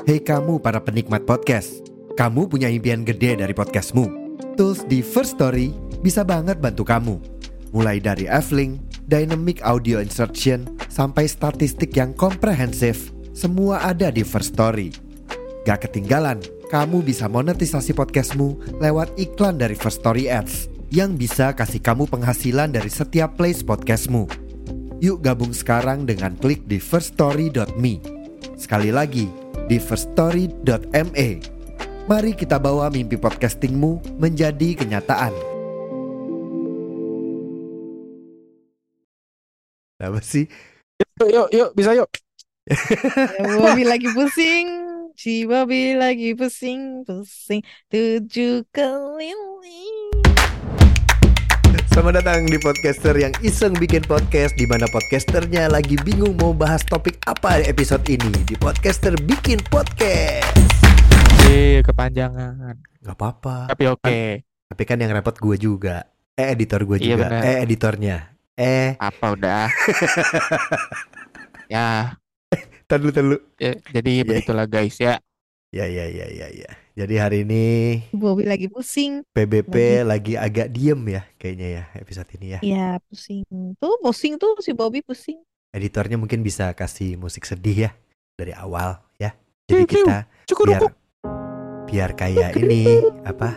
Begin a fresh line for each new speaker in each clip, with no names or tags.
Hei kamu para penikmat podcast, kamu punya impian gede dari podcastmu. Tools di First Story bisa banget bantu kamu. Mulai dari F-Link, Dynamic Audio Insertion, sampai statistik yang komprehensif, semua ada di First Story. Gak ketinggalan, kamu bisa monetisasi podcastmu lewat iklan dari First Story Ads yang bisa kasih kamu penghasilan dari setiap plays podcastmu. Yuk gabung sekarang dengan klik di firststory.me. Sekali lagi, di firststory.me. Mari kita bawa mimpi podcastingmu menjadi kenyataan. Apa sih?
Yuk, bisa yuk.
Bobby lagi pusing, si Bobby lagi pusing 7 keliling.
Selamat datang di podcaster yang iseng bikin podcast, di mana podcasternya lagi bingung mau bahas topik apa episode ini. Di podcaster bikin podcast.
Kepanjangan.
Gak apa-apa.
Tapi oke.
Tapi kan yang repot gue juga. Editor gue
Iya,
juga.
benar.
Editornya.
Apa udah? Ya,
Tahan dulu.
jadi begitulah guys ya.
Ya. Jadi hari ini
Bobby lagi pusing.
PBP lagi agak diem ya kayaknya ya episode ini ya.
Ya pusing. Pusing tuh si Bobby pusing.
Editornya mungkin bisa kasih musik sedih ya dari awal ya. Jadi kita biar kayak ini apa?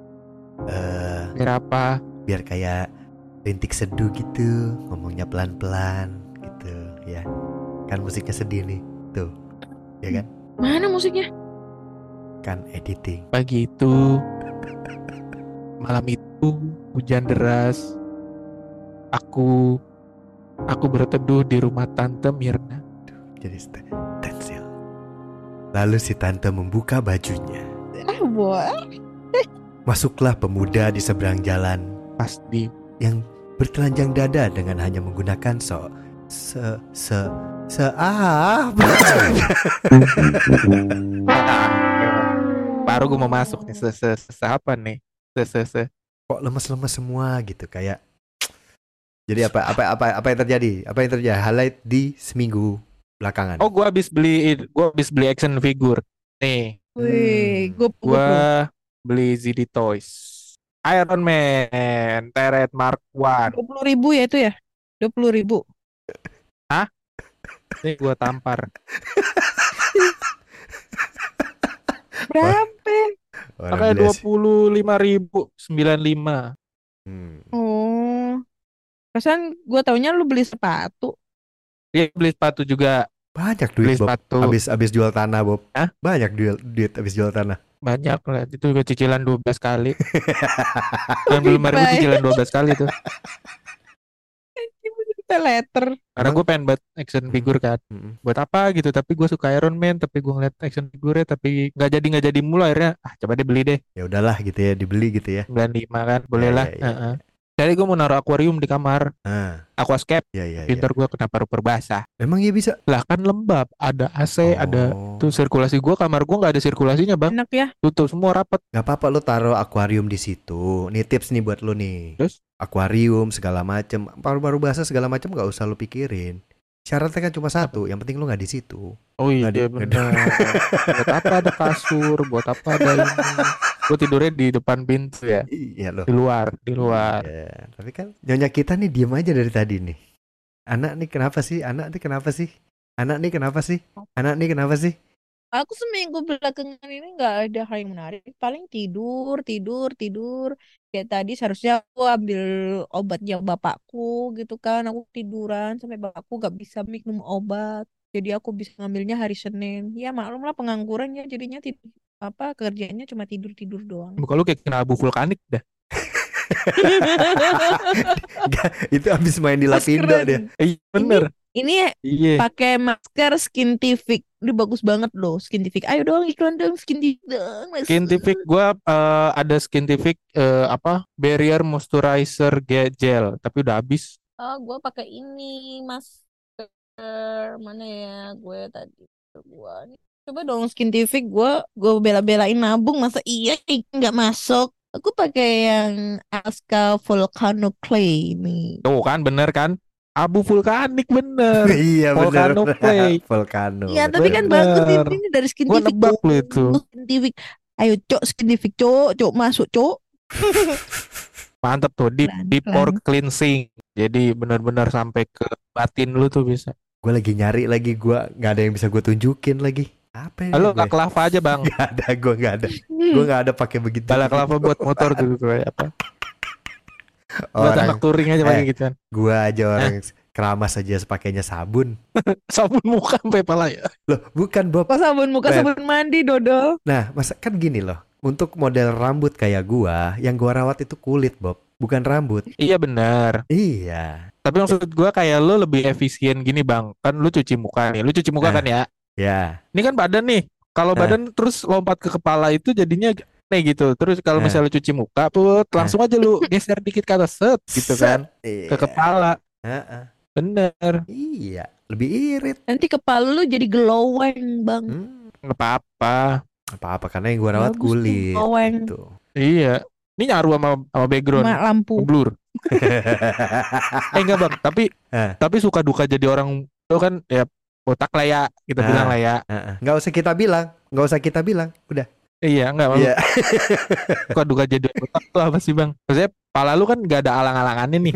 Biar apa?
Biar kayak rintik seduh gitu, ngomongnya pelan-pelan gitu ya. Kan musiknya sedih nih, tuh. Ya kan?
Mana musiknya?
Kan editing.
Pagi itu, malam itu hujan deras. Aku berteduh di rumah Tante Mirna.
Jadi stensil. Lalu si tante membuka bajunya.
Boy.
Masuklah pemuda di seberang jalan
Pas di
yang bertelanjang dada dengan hanya menggunakan
baru gue mau masuk nih. Apa nih?
Kok lemes-lemes semua gitu kayak. Jadi apa yang terjadi? Apa yang terjadi? Highlight di seminggu belakangan.
Oh, gue habis beli action figure. Nih,
Wih,
gue beli ZD Toys. Iron Man, Turret Mark 1.
20.000 ya itu ya? 20.000.
Ini gue tampar.
Berapa?
Pakai 25.095.
Oh. Perasaan gue taunya lu beli sepatu.
Dia beli sepatu juga.
Banyak
Beli
duit Bob.
sepatu.
Abis jual tanah Bob.
Hah?
Banyak duit abis jual tanah.
Banyak lah. Itu juga cicilan 12 kali. 95.000 cicilan 12 kali tuh.
Letter.
Karena gue pengen buat action figure kan. Buat apa gitu. Tapi gue suka Iron Man. Tapi gue ngeliat action figure-nya. Tapi gak jadi mulu akhirnya. Coba deh beli deh.
Ya udahlah gitu ya, dibeli gitu ya.
95 kan. Boleh lah.
Ya.
Jadi gue mau naruh akuarium di kamar. Aquascape.
Ya.
Pintar gue kenapa ruper basah.
Memang ya bisa.
Lah kan lembab. Ada AC. Ada tuh sirkulasi gue. Kamar gue gak ada sirkulasinya bang.
Enak ya.
Tutup semua rapat.
Gak apa-apa lo taruh akuarium di situ. Nih tips nih buat lo nih.
Terus?
Akuarium segala macem, paru-paru basah segala macem gak usah lo pikirin. Syaratnya kan cuma satu, yang penting lo gak di situ.
Oh iya benar. Buat apa ada kasur? Buat apa ada ini? Gue tidurnya di depan pintu ya.
Iya loh.
Di luar.
Ya, tapi kan nyonya kita nih diem aja dari tadi nih. Anak nih kenapa sih?
Aku seminggu belakangan ini nggak ada hal yang menarik. Paling tidur. Kayak tadi seharusnya aku ambil obatnya bapakku gitu kan. Aku tiduran sampai bapakku nggak bisa minum obat. Jadi aku bisa ngambilnya hari Senin. Ya maklum lah pengangguran ya. Jadinya kerjanya cuma tidur doang.
Muka lu kayak kena abu vulkanik dah.
Itu abis main di Lapindo dia.
Bener.
Ini pakai masker Skintific. Ini bagus banget loh Skintific. Ayo dong iklan dong Skintific dong.
Skintific gue ada Skintific barrier moisturizer gel, tapi udah habis.
Gue pakai ini masker mana ya gue tadi coba dong Skintific gue bela-belain nabung masa iya nggak masuk. Aku pakai yang Alaska Volcano Clay nih.
Tuh kan bener kan. Abu vulkanik bener.
Iya bener.
Volcano clay.
Volcano.
Iya, tapi kan
Bener.
bagus ini dari
Gua
Scientific,
nebak
Cok.
lu itu.
Scientific. Ayo, Cok, Scientific, Cok, masuk, Cok.
Mantep tuh deep pore
Pelan-pelan.
cleansing. Jadi benar-benar sampai ke batin lu tuh bisa.
Gue lagi nyari lagi, gue nggak ada yang bisa gue tunjukin lagi. Apa ya
Halo,
gue?
lava aja bang.
Gak ada, gue nggak ada. Gue nggak ada pakai begitu.
Lava buat motor tuh kayak apa? Buat
Orang
anak touring aja pakai gitu kan.
gue aja orang keramas aja sepakainya sabun.
Sabun muka sampai pala ya.
Loh, bukan Bob.
Kok sabun muka,
Ben.
sabun mandi, Dodol.
Nah, masa kan gini loh. Untuk model rambut kayak gua, yang gua rawat itu kulit, Bob, bukan rambut.
Iya benar.
Iya.
Tapi maksud gua kayak lu lebih efisien gini bang. Kan lu cuci muka nih. Lu cuci muka kan ya.
Ya.
Ini kan badan nih. Kalau badan terus lompat ke kepala itu jadinya nih gitu. Terus kalau misalnya lu cuci muka, langsung aja lu geser dikit ke atas set gitu kan.
Iya.
Ke kepala.
Heeh.
Bener.
Iya, lebih irit.
Nanti kepala lu jadi glowing, Bang.
Nggak apa-apa.
Apa-apa karena yang gua rawat
Bagus tuh,
kulit
glowing.
gitu.
Iya. Ini nyaru sama background.
Sama lampu.
Blur. Enggak bang. Tapi suka duka jadi orang itu kan ya botak lah ya. Kita bilang lah ya.
Nggak usah kita bilang. Udah.
Iya enggak.
Iya.
Suka duka jadi botak tuh apa sih bang? Maksudnya pala lu kan nggak ada alang-alangannya nih.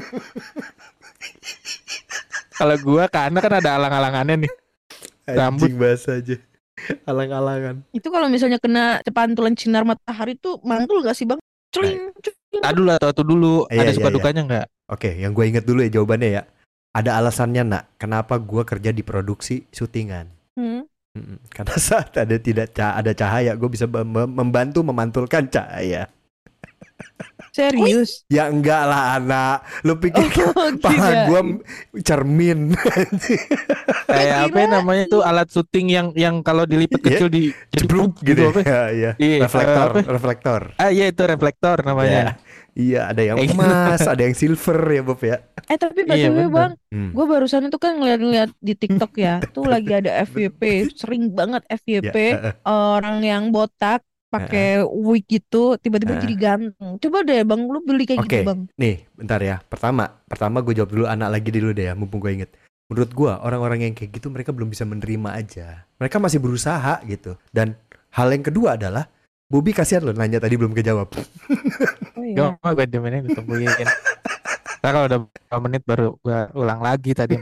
Kalau gua karena kan ada alang-alangannya nih. Rambut.
Anjing bahasa aja. Alang-alangan.
Itu kalau misalnya kena pantulan sinar matahari tuh mantul gak sih, Bang? Culing.
Tadu lah tuh dulu. Ada suka dukanya nggak?
Oke, yang gue inget dulu ya jawabannya ya. Ada alasannya nak, kenapa gue kerja di produksi syutingan. Karena saat ada cahaya, gue bisa membantu memantulkan cahaya.
Serius?
Ya enggak lah anak. Lu pikir paha gue cermin?
Kayak apa ya namanya tuh alat syuting yang kalau dilipat kecil di
jeblok gitu apa? Ya. Reflektor.
Iya itu reflektor namanya.
Iya, ada yang emas, ada yang silver ya Bob ya.
Tapi btw bang, gue barusan itu kan ngeliat di TikTok ya, tuh lagi ada FYP, sering banget FYP orang yang botak pakai wig gitu tiba-tiba jadi ganteng. Coba deh bang, lu beli kayak gitu bang.
Nih bentar ya. Pertama gue jawab dulu anak lagi dulu deh ya, mumpung gue inget. Menurut gue orang-orang yang kayak gitu mereka belum bisa menerima aja. Mereka masih berusaha gitu. Dan hal yang kedua adalah Bobby kasihan lo nanya tadi belum kejawab.
Oh iya. Gak gue demennya gue tungguin. Ntar kalau udah beberapa menit baru gue ulang lagi tadi.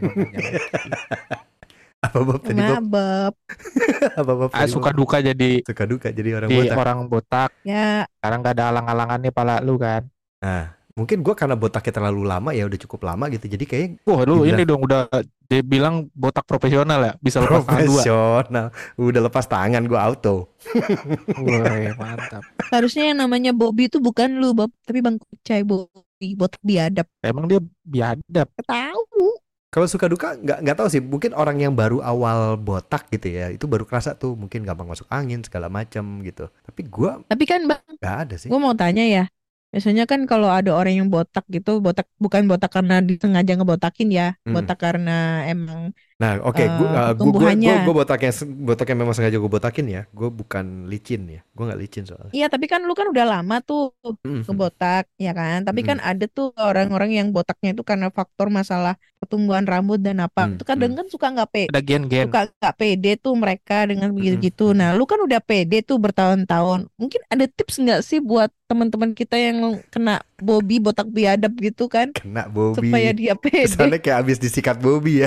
Apa Bob tadi Bob? Apa Bob?
Suka duka jadi
orang botak.
Orang botak.
Ya.
Sekarang gak ada alang-alangannya pala lu kan.
Nah, mungkin gue karena botaknya terlalu lama ya udah cukup lama gitu. Jadi kayak
lu ini dong udah dia bilang botak profesional ya, bisa lepas tangan dua.
Profesional. Udah lepas tangan gue auto.
Wah, mantap.
Harusnya yang namanya Bobby itu bukan lu Bob, tapi Bang Kucai Bobby, botak biadab.
Emang dia biadab?
Tahu.
Kalau suka duka nggak tahu sih, mungkin orang yang baru awal botak gitu ya, itu baru kerasa tuh mungkin gampang masuk angin segala macam gitu. Tapi
kan bang,
nggak ada sih.
Gue mau tanya ya, biasanya kan kalau ada orang yang botak gitu, botak bukan botak karena disengaja ngebotakin ya, botak karena emang.
Nah, oke, gue botaknya memang sengaja gue botakin ya. Gue bukan licin ya, gue nggak licin soalnya.
Iya, tapi kan lu kan udah lama tuh ngebotak, ya kan. Tapi kan ada tuh orang-orang yang botaknya itu karena faktor masalah pertumbuhan rambut dan apa. Itu kadang kan suka nggak pede.
Ada gen-gen.
Suka nggak pede tuh mereka dengan begitu-gitu. Nah, lu kan udah pede tuh bertahun-tahun. Mungkin ada tips nggak sih buat teman-teman kita yang kena Bobby botak biadab gitu kan?
Kena Bobby.
Supaya dia pede.
Kesannya kayak abis disikat Bobby ya.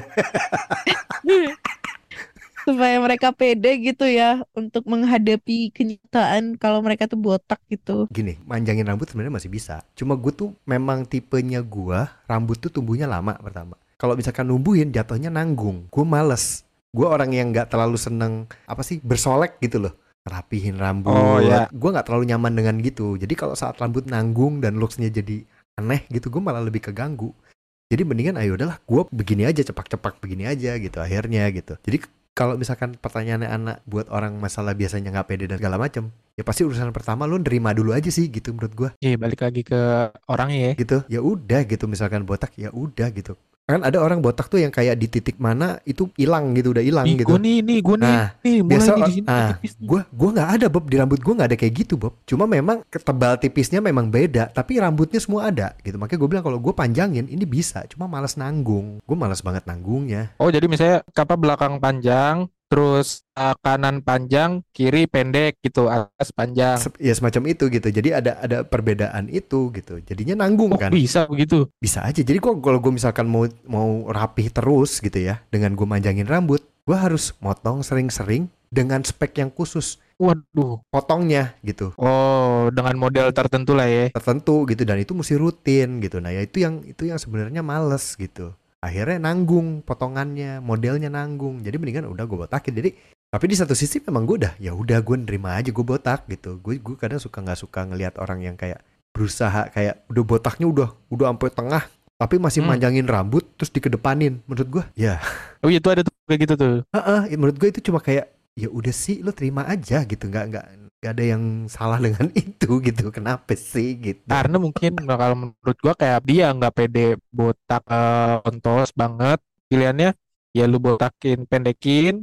Supaya mereka pede gitu ya untuk menghadapi kenyataan kalau mereka tuh botak gitu.
Gini, manjangin rambut sebenarnya masih bisa. Cuma gue tuh memang tipenya rambut tuh tumbuhnya lama pertama. Kalau misalkan numbuhin jatuhnya nanggung. Gue males. Gue orang yang nggak terlalu seneng bersolek gitu loh. Rapihin rambut. Oh, ya. Gue nggak terlalu nyaman dengan gitu. Jadi kalau saat rambut nanggung dan looksnya jadi aneh gitu, gue malah lebih keganggu. Jadi mendingan ayo udahlah gue begini aja, cepak-cepak begini aja gitu akhirnya gitu. Jadi kalau misalkan pertanyaannya anak buat orang masalah biasanya nggak pede dan segala macam, ya pasti urusan pertama lu nerima dulu aja sih gitu menurut gue.
Iya, balik lagi ke orangnya ya.
Gitu. Ya udah gitu, misalkan botak ya udah gitu. Kan ada orang botak tuh yang kayak di titik mana itu hilang gitu, udah hilang
Nih
gitu.
gue
Nah,
nih, mulai
biasa
nih di sini tipis nih.
gua nggak ada Bob, di rambut gua nggak ada kayak gitu Bob. Cuma memang ketebal tipisnya memang beda, tapi rambutnya semua ada gitu. Makanya gue bilang kalau gue panjangin ini bisa, cuma malas nanggung. Gue malas banget nanggungnya.
Oh jadi misalnya belakang panjang, terus kanan panjang, kiri pendek gitu, atas panjang.
Ya semacam itu gitu. Jadi ada perbedaan itu gitu. Jadinya nanggung
Oh
kan.
bisa begitu.
Bisa aja. Jadi kalau gue misalkan mau rapih terus gitu ya, dengan gue manjangin rambut, gue harus motong sering-sering dengan spek yang khusus.
Waduh.
Potongnya gitu.
Oh, dengan model tertentu lah ya.
Tertentu gitu, dan itu mesti rutin gitu. Nah, ya itu yang sebenarnya males gitu. Akhirnya nanggung potongannya, modelnya nanggung. Jadi mendingan udah gue botakin. Jadi tapi di satu sisi memang gue udah gue nerima aja gue botak gitu. Gue kadang nggak suka ngelihat orang yang kayak berusaha kayak udah botaknya udah sampai tengah tapi masih manjangin rambut terus dikedepanin. Menurut gue ya.
Oh itu ada tuh kayak gitu tuh.
Menurut gue itu cuma kayak ya udah sih lo terima aja gitu, nggak ada yang salah dengan itu gitu. Kenapa sih gitu?
Karena mungkin kalau menurut gua kayak dia nggak pede botak pelontos banget. Pilihannya ya lu botakin pendekin,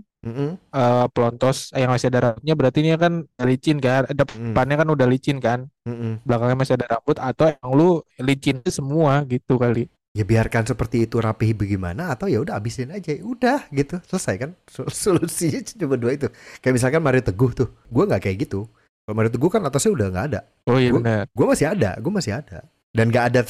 pelontos yang masih ada rambutnya, berarti ini kan licin kan, depannya kan udah licin kan, belakangnya masih ada rambut, atau yang lu licin itu semua gitu kali.
Ya biarkan seperti itu, rapih bagaimana, atau ya udah abisin aja, udah gitu, selesai kan. Solusinya cuma dua itu. Kayak misalkan Mario Teguh tuh, gue nggak kayak gitu. Kalau Mario Teguh kan atasnya udah nggak ada.
Oh iya benar.
Gue masih ada. Dan nggak ada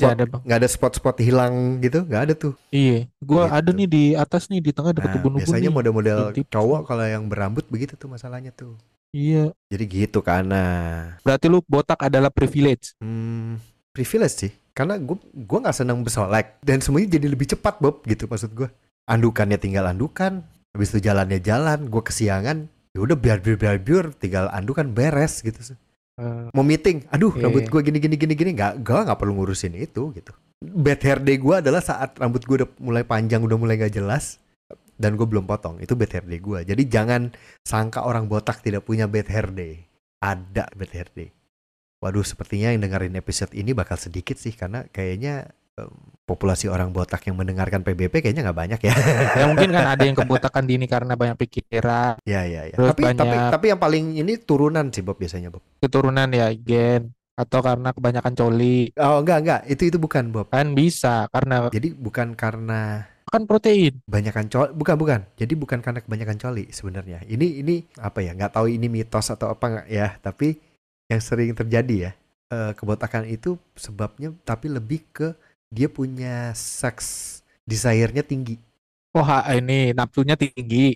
spot-spot hilang gitu, nggak ada tuh.
Iya, gue
gitu.
Ada nih di atas nih, di tengah dekat ubun-ubun.
Biasanya
nih.
model-model cowok kalau yang berambut begitu tuh masalahnya tuh.
Iya.
Jadi gitu kan.
Berarti lu botak adalah privilege.
Privilege sih. Karena gue nggak senang bersolek dan semuanya jadi lebih cepat Bob gitu maksud gue. Andukannya tinggal andukan, habis itu jalannya jalan. Gue kesiangan, ya udah biar tinggal andukan beres gitu. Mau meeting, rambut gue gini nggak perlu ngurusin itu gitu. Bad hair day gue adalah saat rambut gue udah mulai panjang, udah mulai nggak jelas dan gue belum potong. Itu bad hair day gue. Jadi jangan sangka orang botak tidak punya bad hair day. Ada bad hair day. Waduh, sepertinya yang dengerin episode ini bakal sedikit sih, karena kayaknya populasi orang botak yang mendengarkan PBP kayaknya nggak banyak ya.
Ya mungkin kan ada yang kebotakan dini karena banyak pikiran.
Ya.
Terus
Tapi yang paling ini turunan sih Bob biasanya Bob.
Keturunan ya gen, atau karena kebanyakan coli.
Oh enggak, itu bukan Bob.
Kan bisa karena.
Jadi bukan karena
kan protein.
Banyakan coli, bukan. Jadi bukan karena kebanyakan coli sebenarnya. Ini apa ya? Nggak tahu ini mitos atau apa nggak ya. Tapi yang sering terjadi ya, kebotakan itu sebabnya tapi lebih ke dia punya seks desire-nya tinggi.
Oh ini nafsunya tinggi.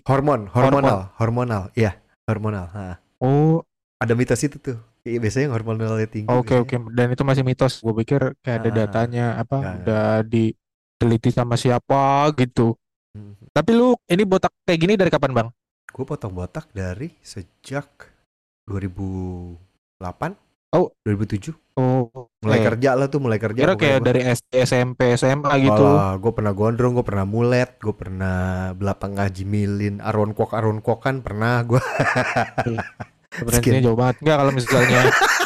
Hormonal, iya hormonal.
Oh,
ada mitos itu tuh. Biasanya hormonalnya tinggi.
Oke. Dan itu masih mitos. Gue pikir kayak ada datanya udah diteliti sama siapa gitu. Tapi lu ini botak kayak gini dari kapan Bang?
Gue potong botak dari sejak 2008. 2007. Mulai kerja.
Kira kayak dari SD, SMP, SMA gitu.
Gue pernah gondrong, gue pernah mulet, gue pernah belah tengah jimilin, Aron kok kan pernah gue.
Sebenarnya jauh banget. Enggak kalau misalnya.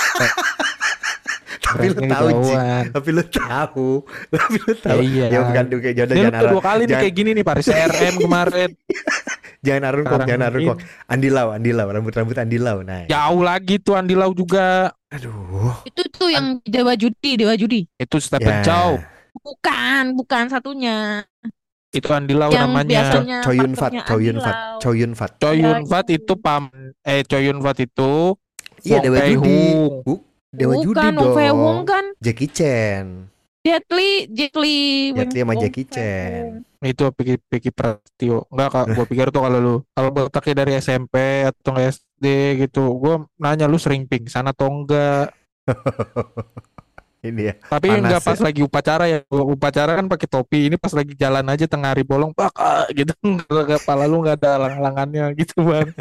Tapi lu tahu.
Iya.
Ya bukan kayak jodoh jangan.
Dua kali nih kayak gini nih Paris RM kemarin.
Jangan Arun kok. Andi Lau, rambut Andi Lau. Nah.
Jauh lagi tuh Andi Lau juga.
Aduh. Itu tuh yang Dewa Judi.
Itu Stephen Chow.
Bukan satunya.
Itu Andi Lau namanya.
Choi Yun Fat.
Choi Yun Fat itu Choi Yun Fat itu.
Iya, Dewa Judi. Dewa Judi dong.
Wong kan.
Jackie Chan.
Jet Li
sama Jackie Chan.
Itu Piki Pratio. Enggak Kak, gue pikir tuh kalau botaknya dari SMP atau SD gitu, gue nanya lu sering pingsan atau enggak.
Ini ya.
Tapi enggak pas lagi upacara ya. Upacara kan pakai topi. Ini pas lagi jalan aja tengah hari bolong, gitu. Kepala lu enggak ada halang-halangannya gitu, Bang.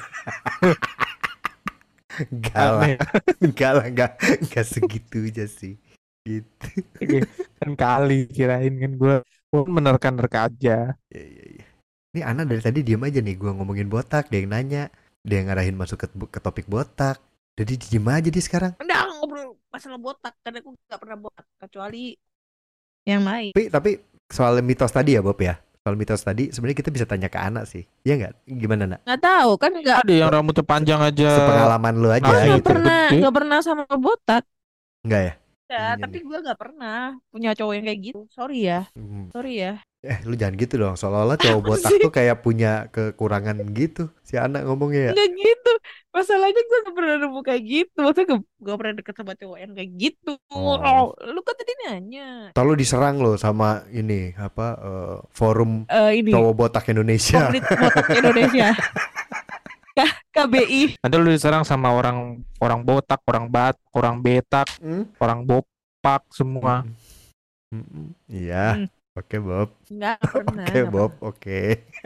Enggak segitu aja sih. Gitu.
Kan kali kirain kan gue menerka-nerka aja.
Iya. Ini Ana dari tadi diam aja nih, gue ngomongin botak, dia yang nanya, dia yang ngarahin masuk ke topik botak. Jadi diam aja dia sekarang.
Enggak ngobrol masalah botak, karena aku nggak pernah botak kecuali yang lain.
Tapi soal mitos tadi ya Bob ya. Soal mitos tadi sebenarnya kita bisa tanya ke anak sih. Iya nggak? Gimana nak?
Nggak tahu kan nggak.
Ada yang rambutnya panjang aja.
Sepengalaman lu aja
Gue
gitu.
nggak pernah sama botak.
Enggak ya?
Ya, tapi gue nggak pernah punya cowok yang kayak gitu. Sorry ya.
Lu jangan gitu dong. Seolah-olah cowok botak tuh kayak punya kekurangan gitu. Si anak ngomongnya ya.
Nggak gitu. Masalahnya gue gak pernah nemu kayak gitu. Maksudnya gak pernah deket sama cowok yang kayak gitu.
Oh.
Lu kan tadi nanya.
Lalu diserang lo sama ini forum
Ini
cowok botak Indonesia.
Komit Botak Indonesia. KBI.
Nanti lu diserang sama orang botak, orang betak, orang bopak semua.
Iya. Oke Bob.
Nggak pernah.
Oke Bob. Oke.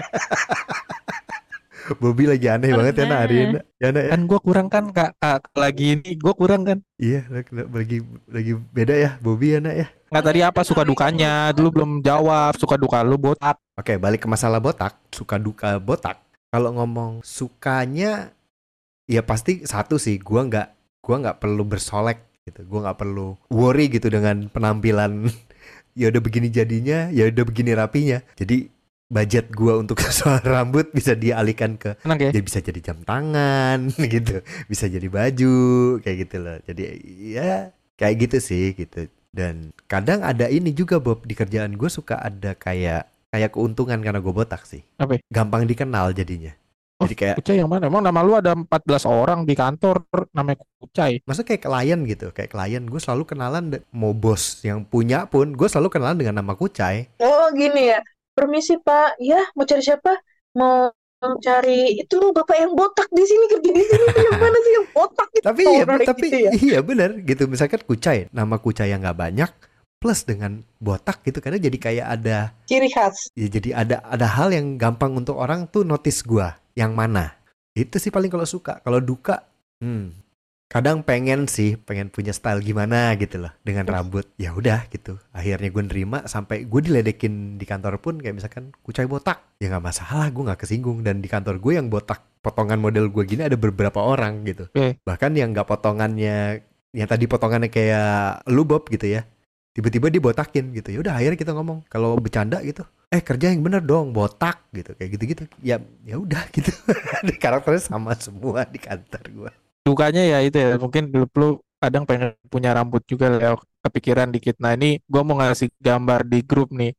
Bobby lagi aneh banget ya nak hari ini. Ya, nak, ya?
Kan gue kurang kan kak lagi ini gue kurang kan.
Iya lagi beda ya Bobby ya nak ya.
Nggak tadi apa suka dukanya dulu belum jawab. Suka duka lu botak.
Oke, balik ke masalah botak. Suka duka botak. Kalau ngomong sukanya, ya pasti satu sih. Gua nggak perlu bersolek gitu. Gua nggak perlu worry gitu dengan penampilan. Ya udah begini jadinya, ya udah begini rapinya. Jadi budget gua untuk soal rambut bisa dialihkan ke
Enak ya?
bisa jadi jam tangan gitu, bisa jadi baju kayak gitu loh. Jadi ya kayak gitu sih gitu. Dan kadang ada ini juga Bob, di kerjaan gue suka ada kayak keuntungan karena gue botak sih.
Apa?
Gampang dikenal jadinya. Jadi kayak
Kucai yang mana? Emang nama lu ada 14 orang di kantor namanya Kucai.
maksudnya kayak klien gitu. Kayak klien gue selalu kenalan, mau bos yang punya pun gue selalu kenalan dengan nama Kucai.
Oh gini ya, permisi Pak, ya mau cari siapa? Mau cari itu bapak yang botak di sini, kerja di sini. Yang mana sih yang botak itu?
Tapi
gitu ya?
iya benar gitu. Misalkan Kucai, nama Kucai yang nggak banyak plus dengan botak gitu, karena jadi kayak ada
Ciri khas.
ya, jadi ada hal yang gampang untuk orang tuh notice gue yang mana. Itu sih paling kalau suka. Kalau duka kadang pengen punya style gimana gitu loh dengan rambut. Ya udah gitu. Akhirnya gue nerima sampai gue diledekin di kantor pun kayak misalkan Kucai botak. Ya nggak masalah, gue nggak kesinggung. Dan di kantor gue yang botak potongan model gue gini ada beberapa orang gitu. Bahkan yang nggak potongannya, yang tadi potongannya kayak lu Bob gitu ya. Tiba-tiba dibotakin gitu. Ya udah akhirnya kita ngomong kalau bercanda gitu. Kerja yang bener dong, botak gitu kayak gitu-gitu. Ya udah gitu. Karakternya sama semua di kantor gue.
Dukanya ya itu ya, mungkin lu kadang pengen punya rambut juga Leo, kepikiran dikit. Nah ini gue mau ngasih gambar di grup nih.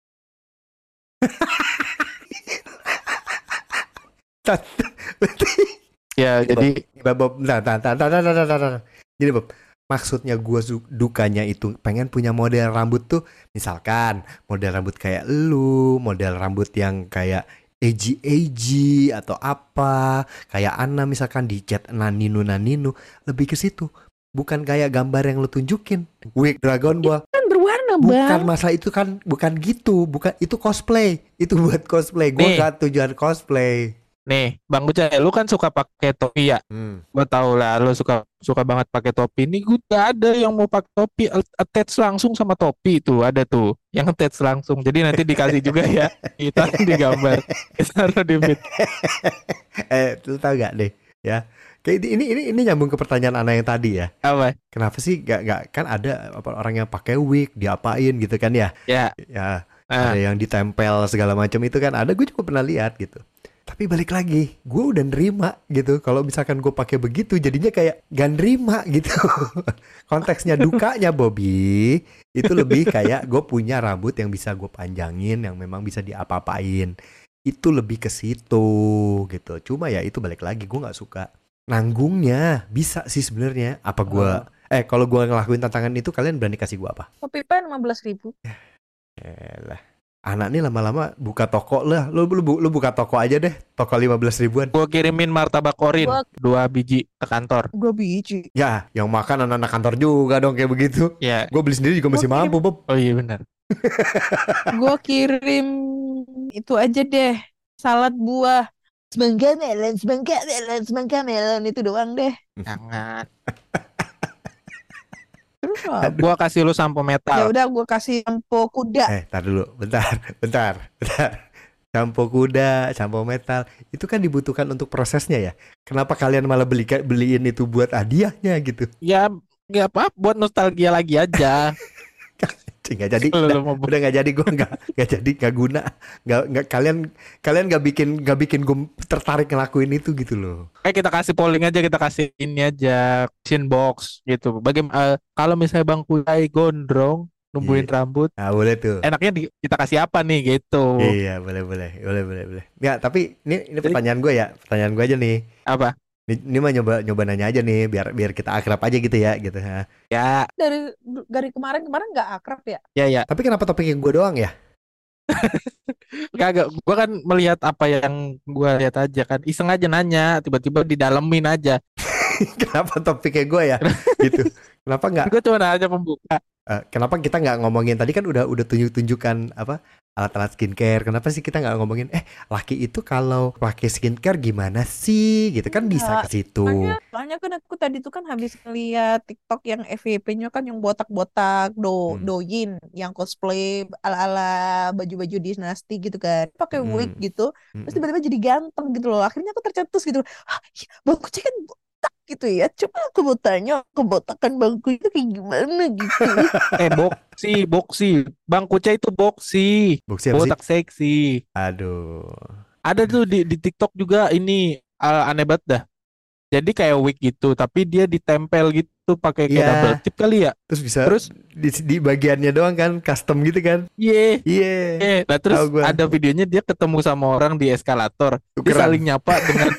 Ya jadi
Bob, jadi Bob, maksudnya gue dukanya itu pengen punya model rambut tuh, misalkan model rambut kayak lu, model rambut yang kayak edgy atau apa, kayak Ana misalkan dicat naninu, lebih ke situ. Bukan kayak gambar yang lu tunjukin, wig Dragon Ball.
Itu kan berwarna
Bukan
Bang.
masa itu kan, bukan gitu, bukan itu cosplay, itu buat cosplay. Gue gak tujuan cosplay.
Nih, Bang Kucai, lu kan suka pakai topi ya? Gue tau lah, lu suka banget pakai topi. Ini gue gak ada yang mau pakai topi attach langsung sama topi itu, ada tuh yang attach langsung. Jadi nanti dikasih juga ya, kita digambar, kita taruh di feed.
Lu tau gak deh, ya? Kayak ini nyambung ke pertanyaan Ana yang tadi ya.
Apa?
Kenapa sih gak kan ada orang yang pakai wig diapain gitu kan ya?
Ya.
Ada yang ditempel segala macam itu kan ada. Gue juga pernah lihat gitu. Tapi balik lagi, gue udah nerima gitu. Kalau misalkan gue pakai begitu, jadinya kayak gak nerima gitu. Konteksnya dukanya Bobby itu lebih kayak gue punya rambut yang bisa gue panjangin, yang memang bisa diapa-apain. Itu lebih ke situ gitu. Cuma ya itu balik lagi, gue nggak suka nanggungnya. Bisa sih sebenarnya. Apa gue? Kalau gue ngelakuin tantangan itu, kalian berani kasih gue apa?
Kopi pen 15.000.
Lah. Anak nih lama-lama buka toko lah. Lu buka toko aja deh. Toko 15 ribuan.
Gue kirimin martabak orin 2 biji ke kantor.
2 biji.
Ya, yang makan anak-anak kantor juga dong kayak begitu.
Ya.
Gue beli sendiri juga masih mampu, Bob.
Oh iya benar.
Gue kirim itu aja deh. Salad buah. Semangka melon itu doang deh.
Jangan.
Terus
Gua kasih lu sampo metal.
Ya udah gue kasih sampo kuda.
Tar dulu, bentar. Sampo kuda, sampo metal, itu kan dibutuhkan untuk prosesnya ya. Kenapa kalian malah beliin itu buat hadiahnya gitu?
Ya nggak apa, buat nostalgia lagi aja.
Nggak jadi,
Kalau
udah,
lu mau
udah nggak jadi, gue nggak jadi, nggak guna, nggak kalian nggak bikin gue tertarik ngelakuin itu gitu loh.
kita kasih polling aja, kita kasih ini aja, question box gitu. Bagaimana kalau misalnya Bang Kucai gondrong, numbuhin
Iya.
rambut,
Nah boleh tuh.
enaknya kita kasih apa nih gitu.
Iya boleh. Nggak, tapi ini
Jadi,
pertanyaan gue aja nih.
apa?
Ini mah nyoba nanya aja nih, biar kita akrab aja gitu ya gitu. Ha.
Ya,
Dari kemarin nggak akrab ya.
ya.
Tapi kenapa topiknya gue doang ya?
Kagak, gua kan melihat apa yang gua lihat aja kan. Iseng aja nanya, tiba-tiba didalemin aja.
Kenapa topiknya gue ya? Gitu. Kenapa nggak?
Gue cuma nanya pembuka.
Kenapa kita nggak ngomongin, tadi kan udah tunjukan apa alat-alat skincare. Kenapa sih kita nggak ngomongin laki itu kalau pakai skincare gimana sih? Gitu kan bisa ke situ.
Soalnya kan aku tadi tuh kan habis ngeliat TikTok yang FYP-nya kan yang botak-botak doin yang cosplay ala-ala baju-baju dinasti gitu kan. Pakai wig gitu. Terus tiba-tiba jadi ganteng gitu loh. Akhirnya aku tercetus gitu. Hah, Bang Kucai kan botak gitu ya. Coba aku mau tanya kebotakan Bang Kucai itu kayak gimana gitu.
Boksi. Bang Kucai itu boksi.
Boksi apa sih?
Botak seksi.
Aduh.
Ada tuh di TikTok juga ini aneh banget dah. Jadi kayak wig gitu, tapi dia ditempel gitu pakai kayak double tip kali ya.
Terus bisa di bagiannya doang kan, custom gitu kan. Iya.
Nah terus ada videonya dia ketemu sama orang di eskalator. Dia saling nyapa dengan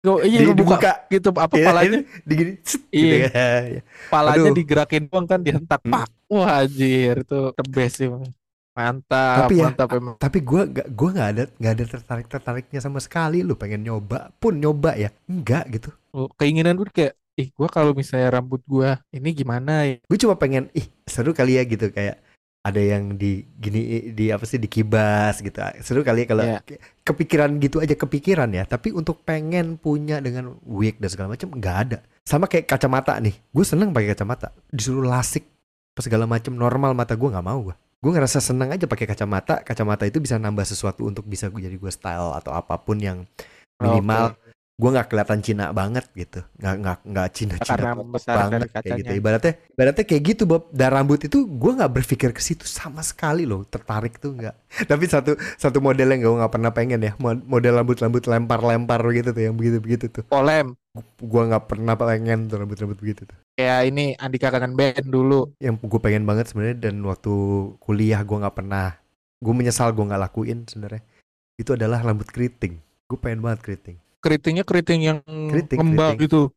dibuka gitu apa palanya
digini.
Iya.
Gitu kan.
Palanya digerakin doang kan, dihentak pak. Wah anjir, itu the best sih. Mantap, mantap emang.
Tapi gue nggak ada tertariknya sama sekali. Lu pengen nyoba ya, enggak gitu.
Keinginan gue kayak, gue kalau misalnya rambut gue ini gimana ya?
Gue cuma pengen, seru kali ya gitu, kayak ada yang di apa sih, dikibas gitu. Seru kali ya kalau kepikiran gitu aja, kepikiran ya. Tapi untuk pengen punya dengan wig dan segala macam nggak ada. Sama kayak kacamata nih, gue seneng pakai kacamata. Disuruh lasik segala macam, normal mata gue nggak mau. Gue ngerasa seneng aja pakai kacamata. Kacamata itu bisa nambah sesuatu untuk bisa jadi gue style atau apapun yang minimal. Gue nggak kelihatan Cina banget gitu, nggak Cina banget kayak gitu. Ibaratnya kayak gitu, Bob. Dan rambut itu gue nggak berpikir ke situ sama sekali loh, tertarik tuh nggak. Tapi satu model yang gue nggak pernah pengen ya, model rambut lempar gitu tuh, yang begitu tuh.
Polem.
Gue nggak pernah pengen tuh rambut begitu tuh.
Kayak ini Andika Kangen Band dulu.
Yang gue pengen banget sebenarnya, dan waktu kuliah gue nggak pernah. Gue menyesal gue nggak lakuin sebenarnya. Itu adalah rambut keriting. Gue pengen banget keriting.
Keriting yang ngembang gitu.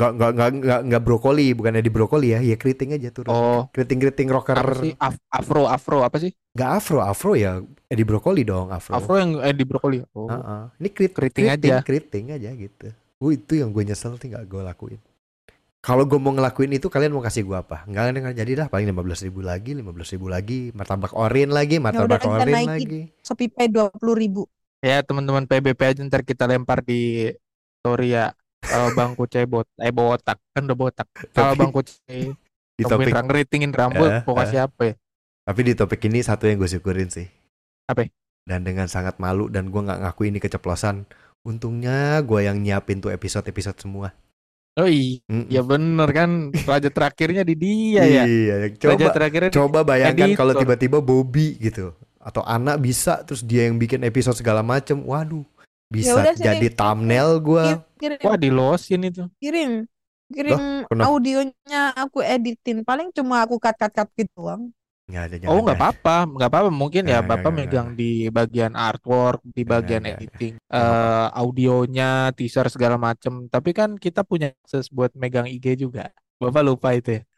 Enggak brokoli, bukannya di brokoli ya. Ya keriting aja tuh. Keriting rocker.
Apa sih? Afro apa sih?
Enggak afro ya. Di brokoli dong, afro.
Afro yang di brokoli.
Ini keriting aja gitu. Itu yang gue nyesel sih nggak gue lakuin. Kalau gue mau ngelakuin itu, kalian mau kasih gue apa? Enggak jadi dah, paling 15.000 lagi, martabak orin lagi.
Shopee 20.000.
Ya teman-teman PBP aja ntar kita lempar di story ya. Kalau Bang Kucai botak kan udah botak. Kalau Bang Kucai
di topik
ngeritingin rambut, mau kasih apa ya?
Tapi di topik ini satu yang gue syukurin sih.
Apa?
Dan dengan sangat malu, dan gue nggak ngaku ini keceplosan. Untungnya gue yang nyiapin tuh episode semua.
Oh iya bener kan, raja terakhirnya di dia ya.
Iya, coba bayangkan kalau tiba-tiba Bobby gitu atau anak bisa, terus dia yang bikin episode segala macem. Waduh, bisa jadi thumbnail gue.
Wah, dilosin itu.
Kirim audionya aku editin, paling cuma aku cut gitu doang.
Nggak apa-apa, mungkin ya Bapak megang di bagian artwork, di bagian editing, audionya, teaser segala macem. Tapi kan kita punya akses buat megang IG juga. Bapak lupa itu ya?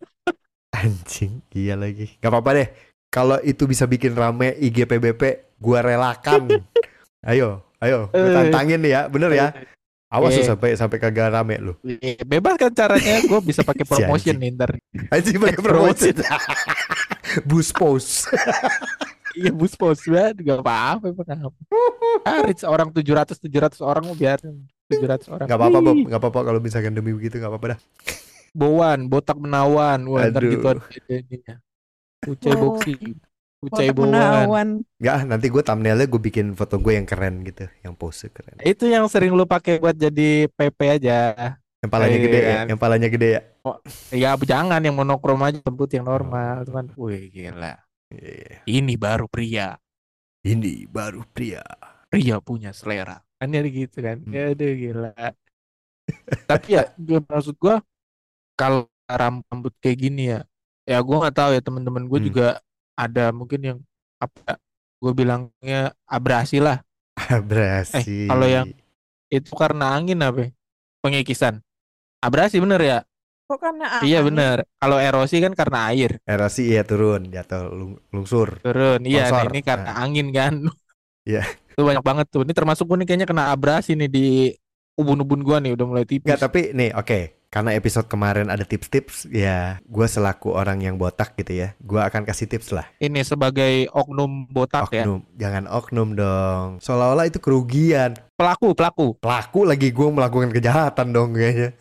Anjing, iya lagi. Gak apa-apa deh. Kalau itu bisa bikin rame IG PBP, gua relakan. Ayo, gua tantangin ya, bener ya. Awas lu sampai kagak rame lu.
Bebas kan caranya, gue bisa pakai promotion nih ntar.
Anjing pakai promotion. Boost post.
Iya boost post banget, gak apa-apa. Reach orang 700 orang mau biarin 700 orang.
Gak apa-apa Bob, gak apa-apa kalau misalkan demi begitu, gak apa-apa dah.
Botak menawan, wah ntar gitu adanya. Kucai boxing, Kucai bowan.
Enggak, nanti gue thumbnailnya gue bikin foto gue yang keren gitu, yang pose keren.
Itu yang sering lu pakai buat jadi PP aja.
Yang palanya
Iya
gede ya,
kan?
yang palanya gede ya.
Oh, ya jangan yang monokrom aja, sebut yang normal, teman. Wih, gila.
Iya.
Ini baru pria.
Ini baru pria.
Pria punya selera. Kan jadi gitu kan.
Hmm.
Ya udah gila. Tapi ya maksud gua kalau rambut kayak gini ya, ya gua nggak tahu ya, teman-teman gue juga ada mungkin yang apa? Gue bilangnya abrasi lah.
Abrasi.
Kalau yang itu karena angin apa? Pengikisan. Abrasi bener ya?
Kok karena
Iya
angin?
bener. Kalau erosi kan karena air.
Erosi ya turun, jatuh, lungsur.
Turun. Iya, nah
Longsor.
ini karena angin kan.
Iya.
Itu banyak banget tuh. Ini termasuk gue nih kayaknya kena abrasi nih di ubun-ubun gua nih, udah mulai tipis.
Enggak, tapi nih oke. Karena episode kemarin ada tips-tips, ya gue selaku orang yang botak gitu ya, gue akan kasih tips lah.
Ini sebagai oknum botak ya.
Oknum, jangan oknum dong. Seolah-olah itu kerugian.
Pelaku.
Pelaku lagi gue melakukan kejahatan dong kayaknya.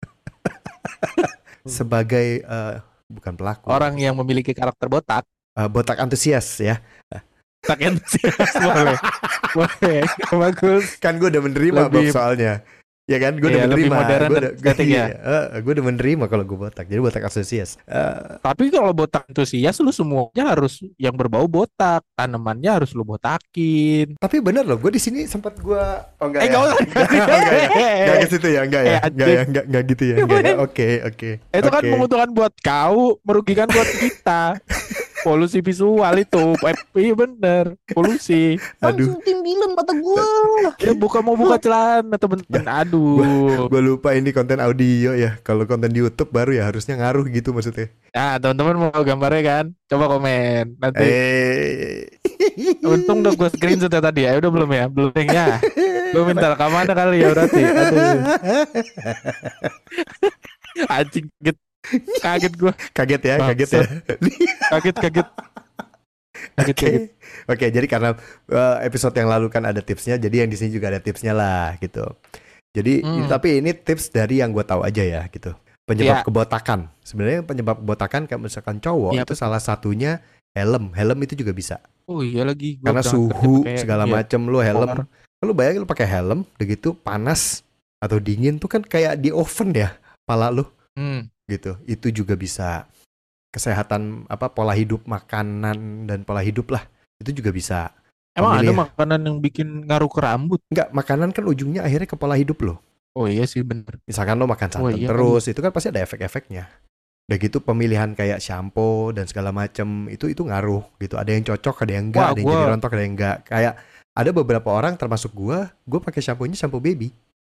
Sebagai bukan pelaku.
Orang yang memiliki karakter botak.
Botak antusias ya.
Tak entusias boleh. Boleh. Bagus.
Kan gue udah menerima
Lebih-
Bob soalnya. Ya kan, gue
Iya,
udah
lebih
menerima.
modern dan estetik ya.
Gue udah menerima kalau gue botak. Jadi botak antusias.
Tapi kalau botak antusias lu semuanya harus yang berbau botak. Tanamannya harus lu botakin.
Tapi bener loh, gue di sini sempat gue enggak ya.
Enggak usah.
Enggak ke situ ya, enggak ya. Enggak gitu ya. Enggak ya. Oke.
Itu kan
Oke.
menguntungkan buat kau, merugikan buat kita. Polusi visual itu. Iya bener. Polusi.
Aduh,
Langsung timbilan mata gua.
Ya mau buka celana temen-temen. Aduh.
gue lupa ini konten audio ya. Kalau konten di YouTube baru ya harusnya ngaruh gitu maksudnya.
Nah teman-teman mau gambarnya kan? Coba komen. Nanti. Untung udah gue screenshot ya tadi ya. Udah belum ya? Belum ya. Gue minta rekaman kali ya berarti. Aduh. Anjing kaget gue.
Kaget ya.
Kaget.
Oke, jadi karena episode yang lalu kan ada tipsnya, jadi yang di sini juga ada tipsnya lah gitu. Jadi tapi ini tips dari yang gue tahu aja ya gitu. Penyebab kebotakan. Sebenarnya penyebab kebotakan kayak misalkan cowok itu salah satunya helm. Helm itu juga bisa.
Oh iya lagi.
Karena suhu segala macem lu helm. Lu bayangin lu pakai helm, begitu panas atau dingin tuh kan kayak di oven ya kepala lu. Gitu. Itu juga bisa. Kesehatan pola hidup makanan dan pola hidup lah. Itu juga bisa.
Emang ada makanan yang bikin ngaruh ke rambut?
Enggak, makanan kan ujungnya akhirnya ke pola hidup lo.
Oh iya sih bener.
Misalkan lo makan santan terus, itu kan pasti ada efek-efeknya. Udah gitu pemilihan kayak shampoo dan segala macem itu ngaruh gitu. Ada yang cocok, ada yang enggak, ada yang jadi rontok, ada yang enggak. Kayak ada beberapa orang termasuk gue pakai shampoo-nya shampoo baby.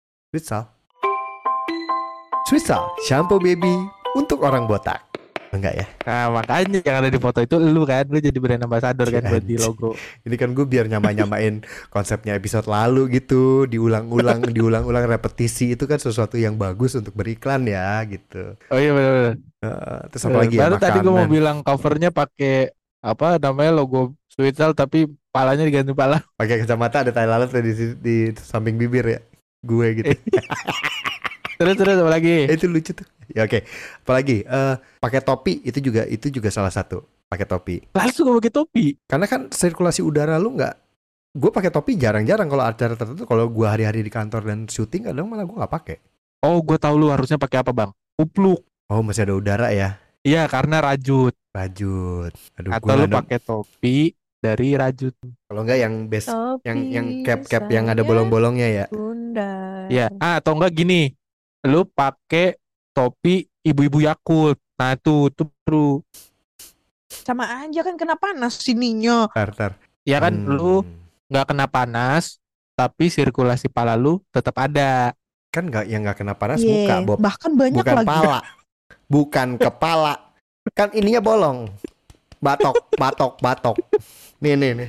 Swisal, shampoo baby untuk orang botak. Enggak ya?
Nah makanya yang ada di foto itu lu kan, lu jadi brand ambassador kan buat di logo.
Ini kan gue biar nyamain konsepnya episode lalu gitu, diulang-ulang repetisi itu kan sesuatu yang bagus untuk beriklan ya gitu.
Oh iya benar.
Terus apa lagi ya?
Baru tadi gue mau bilang covernya pakai apa namanya logo Swisal tapi palanya diganti pala.
Pakai kacamata ada tai lalat di samping bibir ya, gue gitu.
Terus apa lagi?
Itu lucu tuh. Ya oke. Apalagi pakai topi itu juga salah satu. Pakai topi.
Langsung pakai topi.
Karena kan sirkulasi udara lu nggak. Gue pakai topi jarang-jarang kalau acara tertentu. Kalau gue hari-hari di kantor dan syuting kadang malah gue nggak pakai.
Oh gue tahu lu harusnya pakai apa bang? Kupluk.
Oh masih ada udara ya?
Iya karena rajut.
Aduh.
Atau lu pakai topi dari rajut.
Kalau enggak yang best, yang cap yang ada bolong-bolongnya ya.
Iya. Atau enggak gini. Lu pakai topi ibu-ibu Yakult. Nah tuh baru.
Sama aja kan kena panas sininya.
Tar.
Ya kan lu nggak kena panas, tapi sirkulasi pala lu tetap ada.
Kan nggak kena panas muka, Bob.
Bahkan banyak
bukan
lagi.
Pala. Bukan kepala. Kan ininya bolong. Batok. Nih.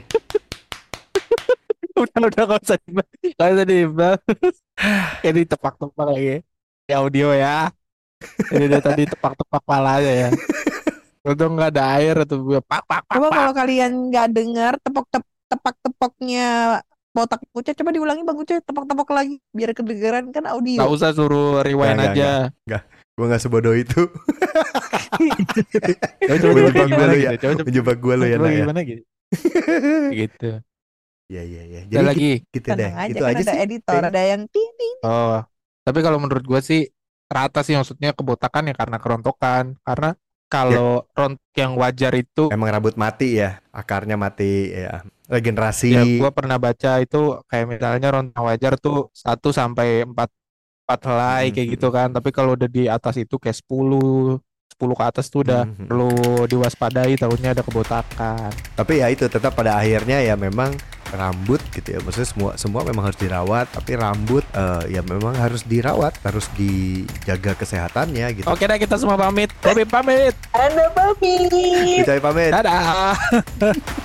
Udah nggak usah dibahas. Kayak ditepak-tepak lagi. Ya audio ya. Ini udah tadi tepak-tepak palanya ya. Untung nggak ada air atau pak.
Coba kalau kalian nggak dengar tepak-tepoknya botak Uca, coba diulangi Bang Uca, tepak-tepak lagi biar kedengeran kan audio.
Nggak usah suruh rewind aja.
Enggak. Gue nggak sebodoh itu. Menjebak gue lo ya.
Gimana gitu? Gitu.
Iya.
Jadi lagi
gitu deh.
Aja,
itu
kan
aja
ada
sih.
editor, ada yang ting.
Oh, tapi kalau menurut gue sih rata sih, maksudnya kebotakan ya karena kerontokan. Karena kalau rontok yang wajar itu
Emang rambut mati ya, akarnya mati ya,
ya
regenerasi.
gua pernah baca itu kayak misalnya rontok wajar tuh 1 sampai 4 helai kayak gitu kan. Tapi kalau udah di atas itu kayak 10 ke atas tuh udah perlu diwaspadai, takutnya ada kebotakan.
Tapi ya itu tetap pada akhirnya ya memang rambut gitu ya, maksudnya semua memang harus dirawat, tapi rambut ya memang harus dirawat, harus dijaga kesehatannya gitu.
Oke dah, kita semua pamit. Bobby pamit.
Anda pamit.
Kita pamit.
Dadah.